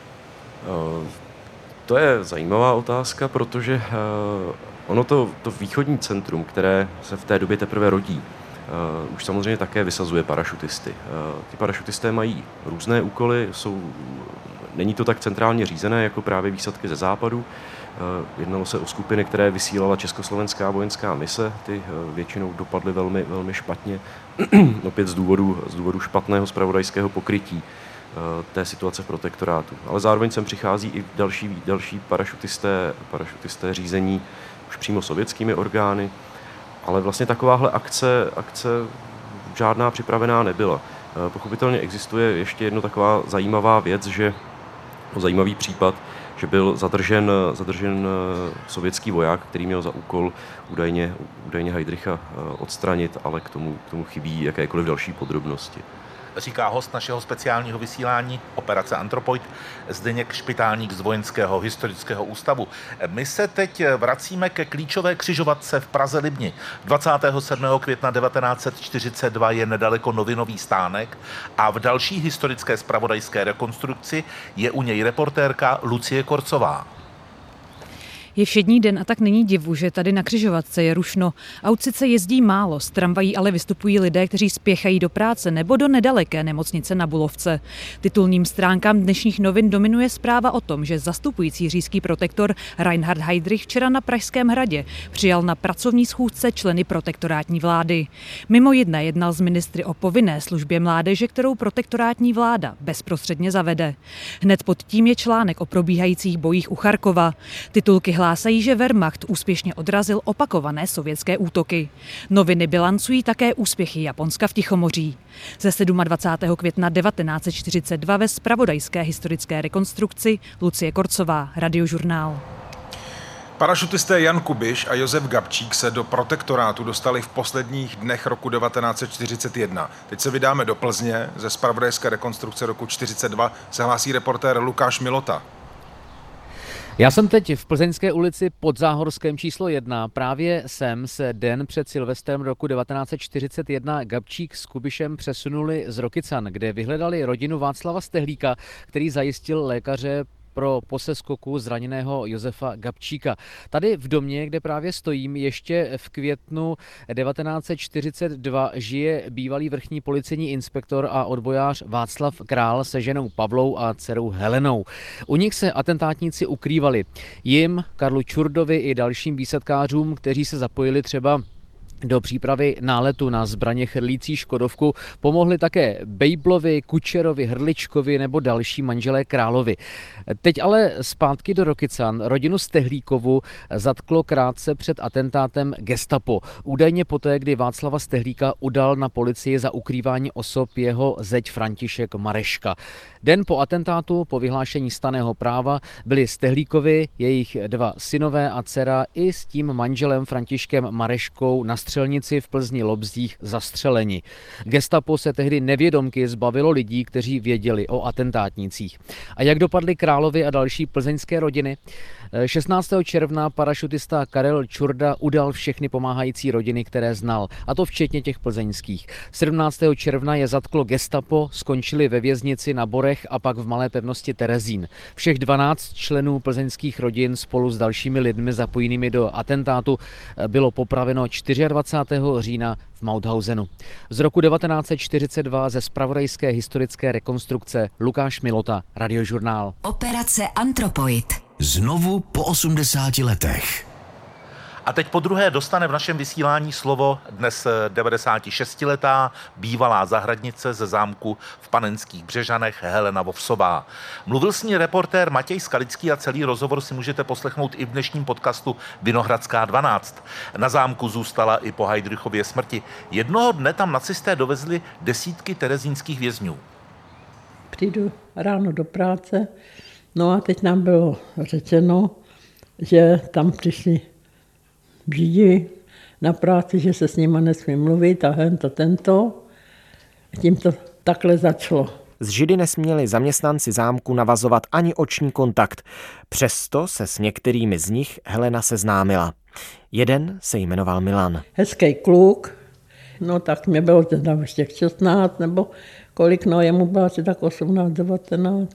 Uh... To je zajímavá otázka, protože uh, ono to, to východní centrum, které se v té době teprve rodí, uh, už samozřejmě také vysazuje parašutisty. Uh, ty parašutisté mají různé úkoly, jsou, není to tak centrálně řízené jako právě výsadky ze západu. Uh, jednalo se o skupiny, které vysílala Československá vojenská mise, ty uh, většinou dopadly velmi, velmi špatně, opět z důvodu, z důvodu špatného zpravodajského pokrytí té situace v protektorátu. Ale zároveň sem přichází i další, další parašutisté, parašutisté řízení už přímo sovětskými orgány, ale vlastně takováhle akce, akce žádná připravená nebyla. Pochopitelně existuje ještě jedno taková zajímavá věc, že zajímavý případ, že byl zadržen, zadržen sovětský voják, který měl za úkol údajně, údajně Heydricha odstranit, ale k tomu, k tomu chybí jakékoliv další podrobnosti. Říká host našeho speciálního vysílání Operace Antropoid Zdeněk Špitálník z Vojenského historického ústavu. My se teď vracíme ke klíčové křižovatce v Praze-Libni. dvacátého sedmého května devatenáct set čtyřicet dva je nedaleko Novinový stánek a v další historické zpravodajské rekonstrukci je u něj reportérka Lucie Korcová. Je všední den a tak není divu, že tady na křižovatce je rušno. Aut sice jezdí málo, z tramvají ale vystupují lidé, kteří spěchají do práce nebo do nedaleké nemocnice na Bulovce. Titulním stránkám dnešních novin dominuje zpráva o tom, že zastupující říšský protektor Reinhard Heydrich včera na Pražském hradě přijal na pracovní schůzce členy protektorátní vlády. Mimo jiné jednal s ministry o povinné službě mládeže, kterou protektorátní vláda bezprostředně zavede. Hned pod tím je článek o probíhajících bojích u Charkova. Titulky hlásají, že Wehrmacht úspěšně odrazil opakované sovětské útoky. Noviny bilancují také úspěchy Japonska v Tichomoří. Ze dvacátého sedmého května devatenáct set čtyřicet dva ve zpravodajské historické rekonstrukci Lucie Korcová, Radiožurnál. Parašutisté Jan Kubiš a Josef Gabčík se do protektorátu dostali v posledních dnech roku devatenáct set čtyřicet jedna. Teď se vydáme do Plzně, ze zpravodajské rekonstrukce roku čtyřicet dva se hlásí reportér Lukáš Milota. Já jsem teď v Plzeňské ulici pod Záhorském číslo jedna. Právě sem se den před Silvestrem roku devatenáct set čtyřicet jedna Gabčík s Kubišem přesunuli z Rokycan, kde vyhledali rodinu Václava Stehlíka, který zajistil lékaře pro po seskoku zraněného Josefa Gabčíka. Tady v domě, kde právě stojím, ještě v květnu devatenáct set čtyřicet dva žije bývalý vrchní policejní inspektor a odbojář Václav Král se ženou Pavlou a dcerou Helenou. U nich se atentátníci ukrývali. Jim, Karlu Čurdovi i dalším výsadkářům, kteří se zapojili třeba do přípravy náletu na zbraně chrlící Škodovku, pomohli také Bejblovi, Kučerovi, Hrdličkovi nebo další manželé Královi. Teď ale zpátky do Rokycan. Rodinu Stehlíkovu zatklo krátce před atentátem gestapo. Údajně poté, kdy Václava Stehlíka udal na policii za ukrývání osob jeho zeť František Mareška. Den po atentátu, po vyhlášení stanného práva, byli Stehlíkovi, jejich dva synové a dcera i s tím manželem Františkem Mareškou na střelnici v Plzni Lobzdích zastřeleni. Gestapo se tehdy nevědomky zbavilo lidí, kteří věděli o atentátnících. A jak dopadly Královy a další plzeňské rodiny? šestnáctého června parašutista Karel Čurda udal všechny pomáhající rodiny, které znal, a to včetně těch plzeňských. sedmnáctého června je zatklo gestapo, skončili ve věznici na Borech a pak v malé pevnosti Terezín. Všech dvanáct členů plzeňských rodin spolu s dalšími lidmi zapojenými do atentátu bylo popraveno dvacátého čtvrtého října v Mauthausenu. Z roku devatenáct set čtyřicet dva ze zpravodajské historické rekonstrukce Lukáš Milota, Radiožurnál. Operace Antropoid. Znovu po osmdesáti letech. A teď podruhé dostane v našem vysílání slovo dnes devadesátišestiletá bývalá zahradnice ze zámku v Panenských Břežanech Helena Vovsová. Mluvil s ní reportér Matěj Skalický a celý rozhovor si můžete poslechnout i v dnešním podcastu Vinohradská dvanáct. Na zámku zůstala i po Heydrichově smrti. Jednoho dne tam nacisté dovezli desítky terezínských vězňů. Přijdu ráno do práce, no a teď nám bylo řečeno, že tam přišli Židi na práci, že se s nima nesmí mluvit a hento, tento. Tím to takhle začalo. S Židy nesměli zaměstnanci zámku navazovat ani oční kontakt. Přesto se s některými z nich Helena seznámila. Jeden se jmenoval Milan. Hezký kluk, no tak mě bylo teda ještě šestnáct nebo kolik, no jemu bylo asi tak osmnáct, devatenáct.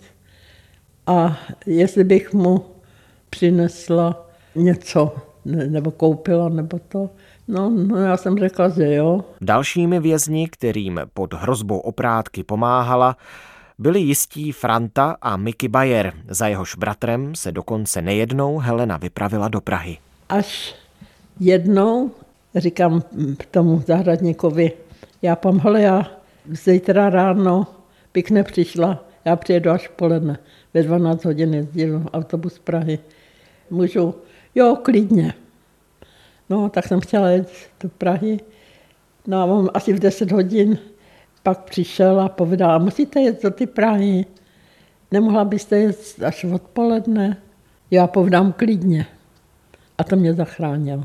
A jestli bych mu přinesla něco, nebo koupila, nebo to. No, no, já jsem řekla, že jo. Dalšími vězni, kterým pod hrozbou oprátky pomáhala, byli jistí Franta a Miky Bayer. Za jehož bratrem se dokonce nejednou Helena vypravila do Prahy. Až jednou říkám tomu zahradníkovi, já pam, hele, já zítra ráno bych nepřišla, já přijedu až poledne. Ve dvanáct hodin jezdil autobus z Prahy. Můžu? Jo, klidně. No, tak jsem chtěla jít do Prahy. No a on asi v deset hodin pak přišel a povedal, musíte jít do ty Prahy. Nemohla byste jít až odpoledne? Já povedám klidně. A to mě zachránilo.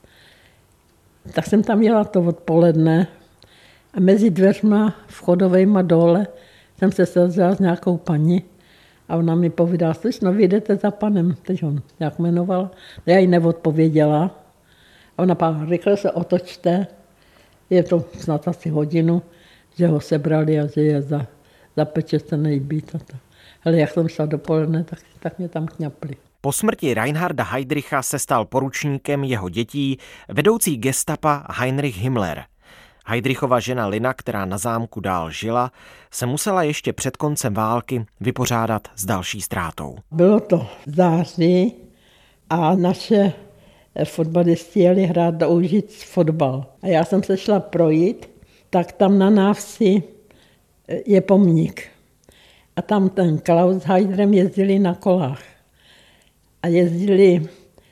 Tak jsem tam jela to odpoledne a mezi dveřma vchodovejma dole jsem se sezela s nějakou paní. A ona mi povídá, slyš, no vy jdete za panem, teď on jak jmenovala. Já jí neodpověděla. A ona pak rychle se otočte, je to snad asi hodinu, že ho sebrali a že je za, za pečestenej být. Ale jak jsem šla dopoledne, tak, tak mě tam kňapli. Po smrti Reinharda Heydricha se stal poručníkem jeho dětí vedoucí gestapa Heinrich Himmler. Heydrichova žena Lina, která na zámku dál žila, se musela ještě před koncem války vypořádat s další ztrátou. Bylo to v září a naše fotbalisti jeli hrát do Úžic fotbal. A já jsem se šla projít, tak tam na návsi je pomník. A tam ten Klaus s Heydrem jezdili na kolách. A jezdili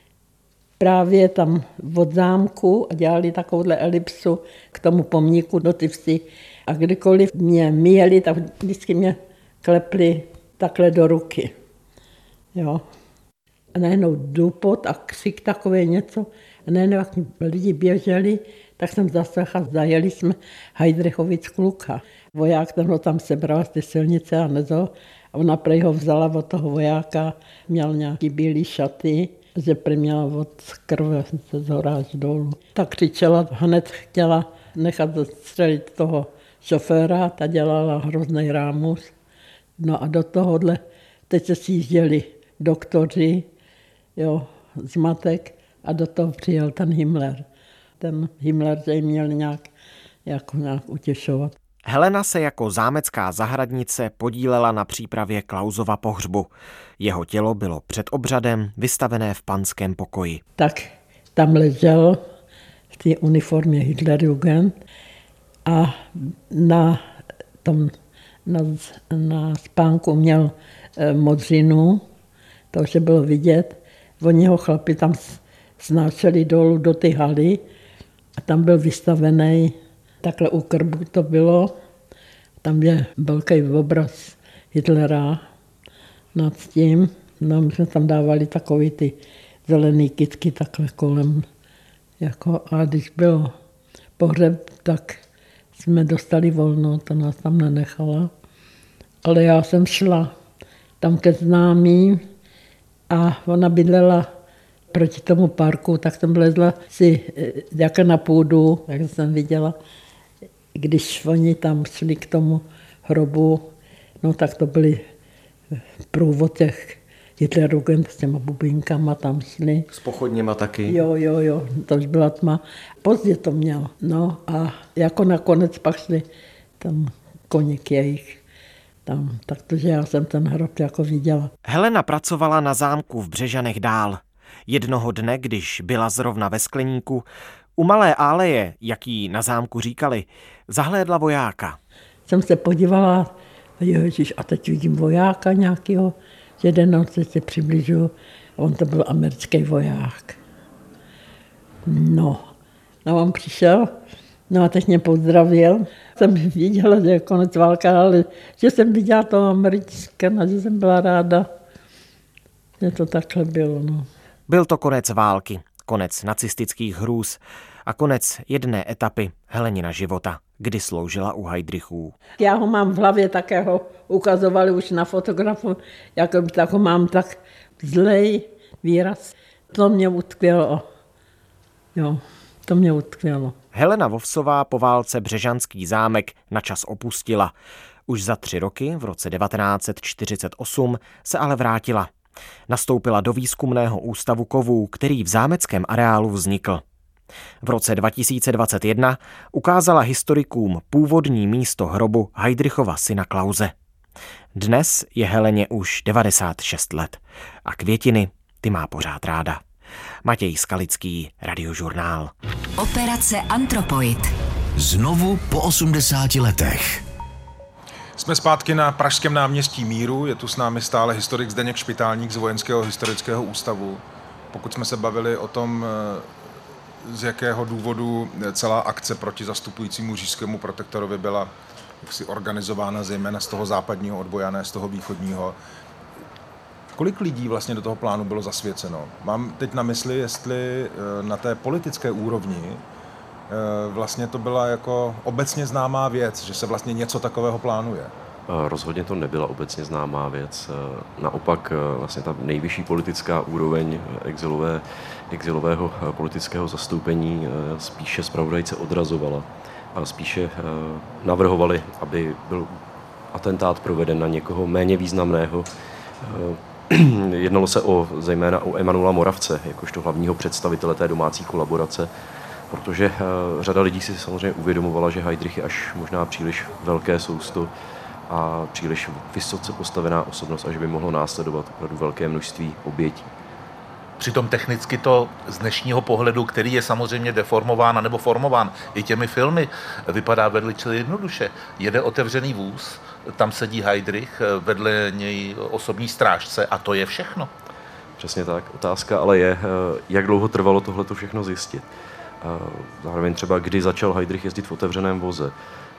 právě tam od zámku a dělali takovouhle elipsu k tomu pomníku do ty vsi. A kdykoliv mě měli, tak vždycky mě klepli takhle do ruky. Jo. A najednou dupot a křik takové něco. A najednou, jak lidi běželi, tak jsem zaslechla, zajeli jsme Heydrichovic kluka. Voják ten ho tam sebral z té silnice a nezo. A ona prej ho vzala od toho vojáka, měl nějaký bílý šaty, že prý měla od krve se zhora až dolů. Tak křičela, hned chtěla nechat zastřelit toho šoféra, ta dělala hrozný rámus. No a do tohohle teď se sjížděli doktoři, jo, zmatek a do toho přijel ten Himmler. Ten Himmler se jim měl nějak, jako nějak utěšovat. Helena se jako zámecká zahradnice podílela na přípravě Klausova pohřbu. Jeho tělo bylo před obřadem vystavené v panském pokoji. Tak tam ležel v té uniformě Hitlerjugend a na, tom, na, na spánku měl eh, modřinu, to už bylo vidět. Oni ho chlapi tam snášeli dolů do ty haly a tam byl vystavený. Takhle u krbu to bylo, tam je velký obraz Hitlera nad tím. No, my jsme tam dávali takový ty zelený kytky takhle kolem. Jako, a když bylo pohřeb, tak jsme dostali volno, to nás tam nenechala. Ale já jsem šla tam ke známým a ona bydlela proti tomu parku, tak jsem vlezla si jako na půdu, jak jsem viděla, když oni tam šli k tomu hrobu, no tak to byly průvod těch Hitlerjugend s těma bubinkama tam šli. S pochodněma taky? Jo, jo, jo, to už byla tma. Pozdě to měl, no a jako nakonec pak šli tam koník jejich. Tam, takže já jsem ten hrob jako viděla. Helena pracovala na zámku v Břežanech dál. Jednoho dne, když byla zrovna ve skleníku, u malé áleje, jak jí na zámku říkali, zahlédla vojáka. Jsem se podívala, ježiš, a teď vidím vojáka nějakého, jeden noc se přibližuju, on to byl americký voják. No, no on přišel, no a teď mě pozdravil. Jsem viděla, že je konec války, ale že jsem viděla toho Američana, že jsem byla ráda, že to takhle bylo. No. Byl to konec války, konec nacistických hrůz a konec jedné etapy Helenina života, kdy sloužila u Heydrichů. Já ho mám v hlavě, také ho ukazovali už na fotografu, jako tak ho mám tak zlej výraz. To mě utkvělo. Jo, to mě utkvělo. Helena Vovsová po válce Břežanský zámek načas opustila. Už za tři roky, v roce devatenáct set čtyřicet osm, se ale vrátila. Nastoupila do výzkumného ústavu kovů, který v zámeckém areálu vznikl. V roce dva tisíce dvacet jedna ukázala historikům původní místo hrobu Heydrichova syna Klause. Dnes je Heleně už devadesát šest let a květiny ty má pořád ráda. Matěj Skalický, Radiožurnál. Operace Antropoid. Znovu po osmdesáti letech. Jsme zpátky na Pražském náměstí Míru, je tu s námi stále historik Zdeněk Špitálník z Vojenského historického ústavu. Pokud jsme se bavili o tom, z jakého důvodu celá akce proti zastupujícímu říšskému protektorovi byla jaksi organizována zejména z toho západního odboje, ne z toho východního. Kolik lidí vlastně do toho plánu bylo zasvěceno? Mám teď na mysli, jestli na té politické úrovni vlastně to byla jako obecně známá věc, že se vlastně něco takového plánuje. Rozhodně to nebyla obecně známá věc. Naopak vlastně ta nejvyšší politická úroveň exilové, exilového politického zastoupení spíše zpravodajce odrazovala. A spíše navrhovali, aby byl atentát proveden na někoho méně významného. Jednalo se o, zejména o Emanuela Moravce, jakožto hlavního představitele té domácí kolaborace, protože řada lidí si samozřejmě uvědomovala, že Heydrich je až možná příliš velké sousto a příliš vysoce postavená osobnost, až by mohlo následovat opravdu velké množství obětí. Přitom technicky to z dnešního pohledu, který je samozřejmě deformován nebo formován i těmi filmy, vypadá velice jednoduše. Jede otevřený vůz, tam sedí Heydrich, vedle něj osobní strážce a to je všechno. Přesně tak. Otázka ale je, jak dlouho trvalo tohleto všechno zjistit. Zároveň třeba, kdy začal Heydrich jezdit v otevřeném voze.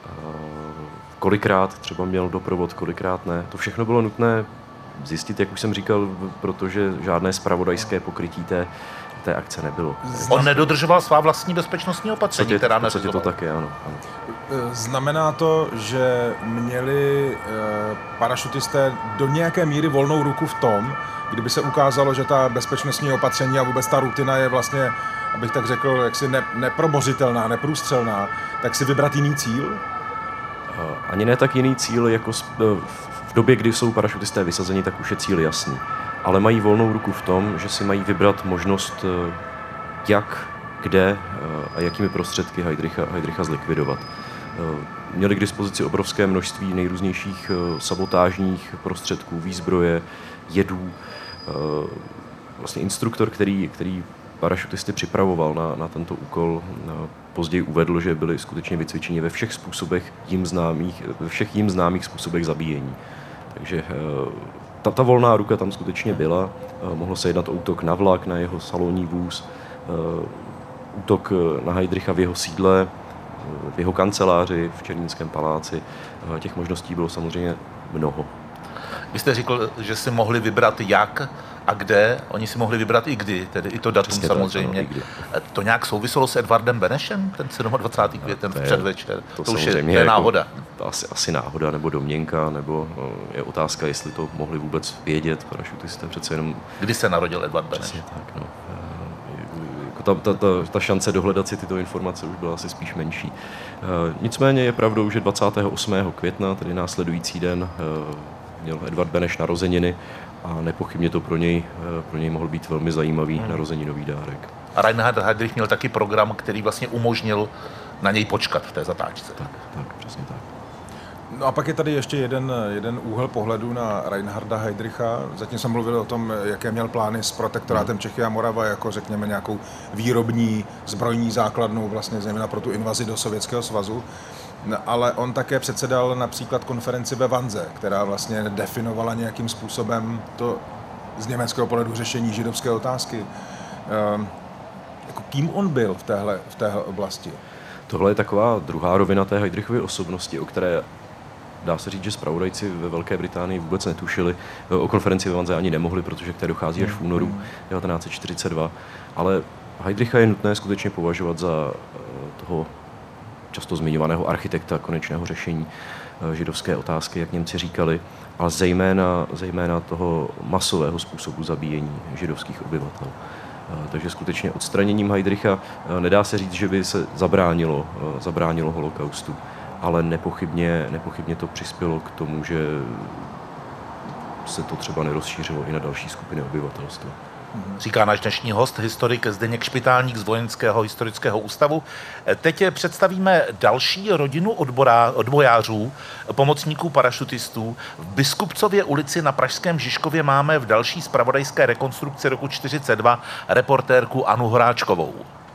Kolikrát třeba měl doprovod, kolikrát ne. To všechno bylo nutné zjistit, jak už jsem říkal, protože žádné zpravodajské pokrytí té, té akce nebylo. On nedodržoval svá vlastní bezpečnostní opatření, je, která neřizoval. To také, ano, ano. Znamená to, že měli parašutisté do nějaké míry volnou ruku v tom, kdyby se ukázalo, že ta bezpečnostní opatření a vůbec ta rutina je vlastně, abych tak řekl, jaksi ne, neprobořitelná, neprůstřelná, tak si vybrat jiný cíl? Ani ne tak jiný cíl, jako v době, kdy jsou parašutisté vysazeni, tak už je cíl jasný. Ale mají volnou ruku v tom, že si mají vybrat možnost, jak, kde a jakými prostředky Heydricha, Heydricha zlikvidovat. Měli k dispozici obrovské množství nejrůznějších sabotážních prostředků, výzbroje, jedů. Vlastně instruktor, který, který parašutisty připravoval na, na tento úkol, později uvedl, že byli skutečně vycvičeni ve všech způsobech jim známých, ve všech jim známých způsobech zabíjení. Takže ta, ta volná ruka tam skutečně byla. Mohlo se jednat o útok na vlak, na jeho salonní vůz, útok na Heydricha v jeho sídle, v jeho kanceláři v Černínském paláci. Těch možností bylo samozřejmě mnoho. Vy jste řekl, že si mohli vybrat jak a kde, oni si mohli vybrat i kdy, tedy i to datum Přesně samozřejmě. Tak, no, to nějak souviselo s Edvardem Benešem, ten dvacátého sedmého květen v předvečer? To, to už je, je, to je náhoda. Jako, to asi, asi náhoda, nebo domněnka, nebo je otázka, jestli to mohli vůbec vědět parašutisté, přece jenom... Kdy se narodil Edvard Beneš? Přesně tak, no. Ta, ta, ta, ta šance dohledat si tyto informace už byla asi spíš menší. E, nicméně je pravdou, že dvacátého osmého května, tedy následující den, e, měl Edvard Beneš narozeniny a nepochybně to pro něj, e, pro něj mohl být velmi zajímavý hmm. narozeninový dárek. A Reinhard Heydrich měl taky program, který vlastně umožnil na něj počkat v té zatáčce. Tak, tak, přesně tak. No a pak je tady ještě jeden, jeden úhel pohledu na Reinharda Heydricha. Zatím jsem mluvil o tom, jaké měl plány s protektorátem Čechy a Morava, jako řekněme nějakou výrobní zbrojní základnou, vlastně zejména pro tu invazi do Sovětského svazu. No, ale on také předsedal například konferenci ve Vanze, která vlastně definovala nějakým způsobem to z německého pohledu řešení židovské otázky. Ehm, jako kým on byl v téhle, v téhle oblasti? Tohle je taková druhá rovina té Heydrichovy osobnosti, o které dá se říct, že zpravodajci ve Velké Británii vůbec netušili. O konferenci ve Vanze ani nemohli, protože k té dochází až v únoru devatenáct set čtyřicet dva. Ale Heydricha je nutné skutečně považovat za toho často zmiňovaného architekta konečného řešení židovské otázky, jak Němci říkali, ale zejména, zejména toho masového způsobu zabíjení židovských obyvatel. Takže skutečně odstraněním Heydricha nedá se říct, že by se zabránilo, zabránilo holokaustu, ale nepochybně, nepochybně to přispělo k tomu, že se to třeba nerozšířilo i na další skupiny obyvatelstva. Říká náš dnešní host, historik Zdeněk Špitálník z Vojenského historického ústavu. Teď představíme další rodinu odborá, odbojářů, pomocníků parašutistů. V Biskupcově ulici na pražském Žižkově máme v další zpravodajské rekonstrukci roku čtyřicet dva reportérku Anu Horáčkovou.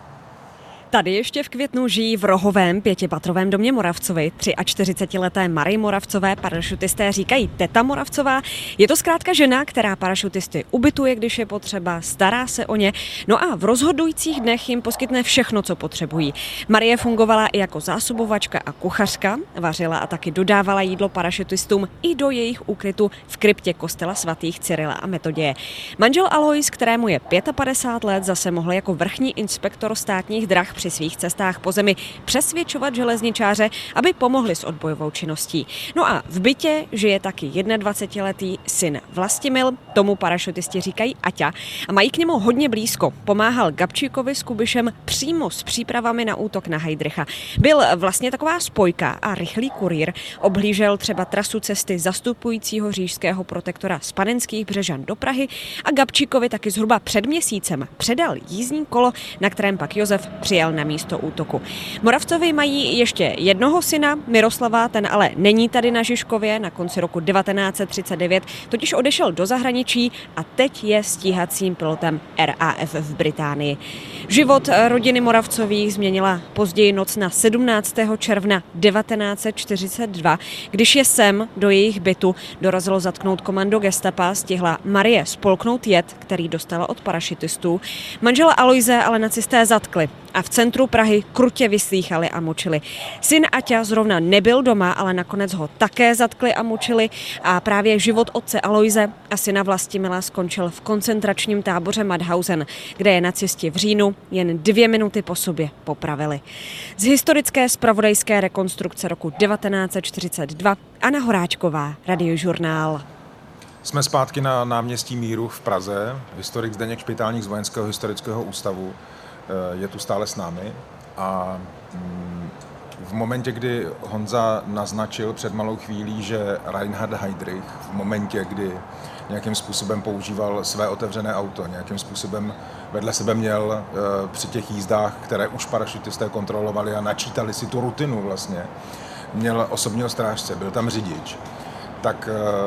Tady ještě v květnu žijí v rohovém pětipatrovém domě Moravcovi čtyřicetileté Marii Moravcové parašutisté říkají teta Moravcová. Je to zkrátka žena, která parašutisty ubytuje, když je potřeba, stará se o ně, no a v rozhodujících dnech jim poskytne všechno, co potřebují. Marie fungovala i jako zásobovačka a kuchařka, vařila a taky dodávala jídlo parašutistům i do jejich úkrytu v kryptě kostela svatých Cyrila a Metoděje. Manžel Alois, kterému je padesát pět let, zase mohl jako vrchní inspektor státních drah při svých cestách po zemi přesvědčovat železničáře, aby pomohli s odbojovou činností. No a v bytě žije taky dvacetiletý syn Vlastimil, tomu parašutisti říkají Aťa a mají k němu hodně blízko. Pomáhal Gabčíkovi s Kubišem přímo s přípravami na útok na Heydricha. Byl vlastně taková spojka a rychlý kurýr, obhlížel třeba trasu cesty zastupujícího říšského protektora z Panenských Břežan do Prahy a Gabčíkovi taky zhruba před měsícem předal jízdní kolo, na kterém pak Josef přijel na místo útoku. Moravcovi mají ještě jednoho syna, Miroslava, ten ale není tady na Žižkově, na konci roku devatenáct set třicet devět, totiž odešel do zahraničí a teď je stíhacím pilotem R A F v Británii. Život rodiny Moravcových změnila později noc na sedmnáctého června devatenáct set čtyřicet dva, když je sem do jejich bytu dorazilo zatknout komando gestapa, stihla Marie spolknout jed, který dostala od parašutistů. Manžela Aloise ale nacisté zatkli a v centru Prahy krutě vyslýchali a mučili. Syn Aťa zrovna nebyl doma, ale nakonec ho také zatkli a mučili a právě život otce Aloise a syna Vlastimila skončil v koncentračním táboře Mauthausen, kde je nacisti v říjnu jen dvě minuty po sobě popravili. Z historické zpravodajské rekonstrukce roku devatenáct set čtyřicet dva Anna Horáčková, Radiožurnál. Jsme zpátky na náměstí Míru v Praze. Historik Zdeněk Špitálník z Vojenského historického ústavu je tu stále s námi a v momentě, kdy Honza naznačil před malou chvílí, že Reinhard Heydrich v momentě, kdy nějakým způsobem používal své otevřené auto, nějakým způsobem vedle sebe měl při těch jízdách, které už parašutisté kontrolovali a načítali si tu rutinu vlastně, měl osobního strážce, byl tam řidič, tak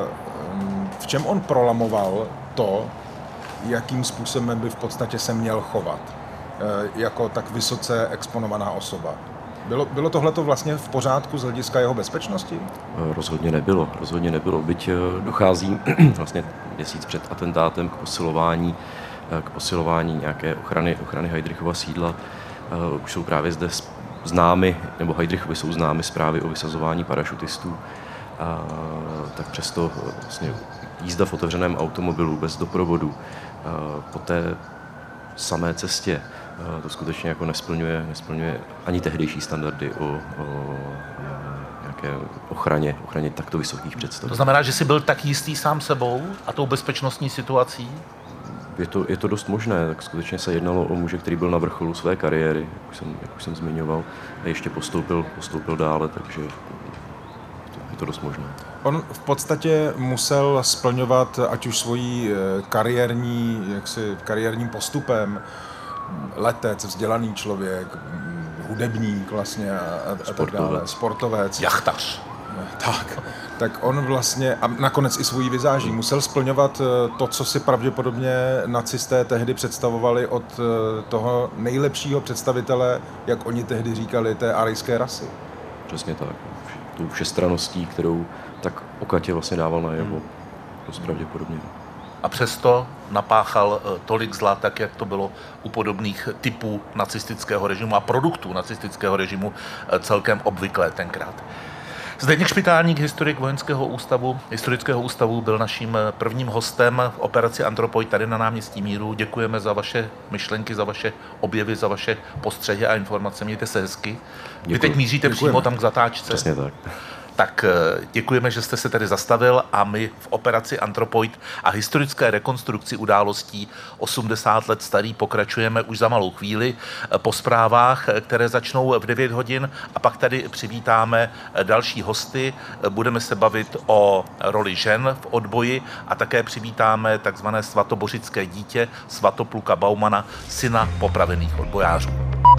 v čem on prolamoval to, jakým způsobem by v podstatě se měl chovat jako tak vysoce exponovaná osoba? Bylo, bylo tohleto vlastně v pořádku z hlediska jeho bezpečnosti? Rozhodně nebylo, rozhodně nebylo. Byť dochází vlastně měsíc před atentátem k posilování, k posilování nějaké ochrany, ochrany Heydrichova sídla. Už jsou právě zde známy, nebo Heydrichovi jsou známy zprávy o vysazování parašutistů. a tak přesto vlastně jízda v otevřeném automobilu bez doprovodu po té samé cestě to skutečně jako nesplňuje, nesplňuje ani tehdejší standardy o, o nějaké ochraně, ochraně takto vysokých představ. To znamená, že jsi byl tak jistý sám sebou a tou bezpečnostní situací? Je to, je to dost možné, tak skutečně se jednalo o muže, který byl na vrcholu své kariéry, jak už jsem, jak už jsem zmiňoval, a ještě postoupil, postoupil dále, takže je to dost možné. On v podstatě musel splňovat ať už svojí kariérní, jaksi kariérním postupem, letec, vzdělaný člověk, hudebník vlastně a, a tak dále, sportovec. Jachtař. Tak, tak on vlastně, a nakonec i svojí vizáží, musel splňovat to, co si pravděpodobně nacisté tehdy představovali od toho nejlepšího představitele, jak oni tehdy říkali, té arijské rasy. Přesně tak. Tu všestranností, kterou tak okatě vlastně dával najevo, dost pravděpodobně. A přesto napáchal tolik zla, tak jak to bylo u podobných typů nacistického režimu a produktů nacistického režimu celkem obvyklé tenkrát. Zdeněk Špitálník, historik Vojenského ústavu, historického ústavu, byl naším prvním hostem v operaci Antropoid tady na náměstí Míru. Děkujeme za vaše myšlenky, za vaše objevy, za vaše postřehy a informace. Mějte se hezky. Děkuji. Vy teď míříte Děkujeme. přímo tam k zatáčce. Přesně tak. Tak děkujeme, že jste se tady zastavil a my v operaci Antropoid a historické rekonstrukci událostí osmdesát let starý pokračujeme už za malou chvíli po zprávách, které začnou v devět hodin a pak tady přivítáme další hosty. Budeme se bavit o roli žen v odboji a také přivítáme takzvané svatobořické dítě Svatopluka Baumana, syna popravených odbojářů.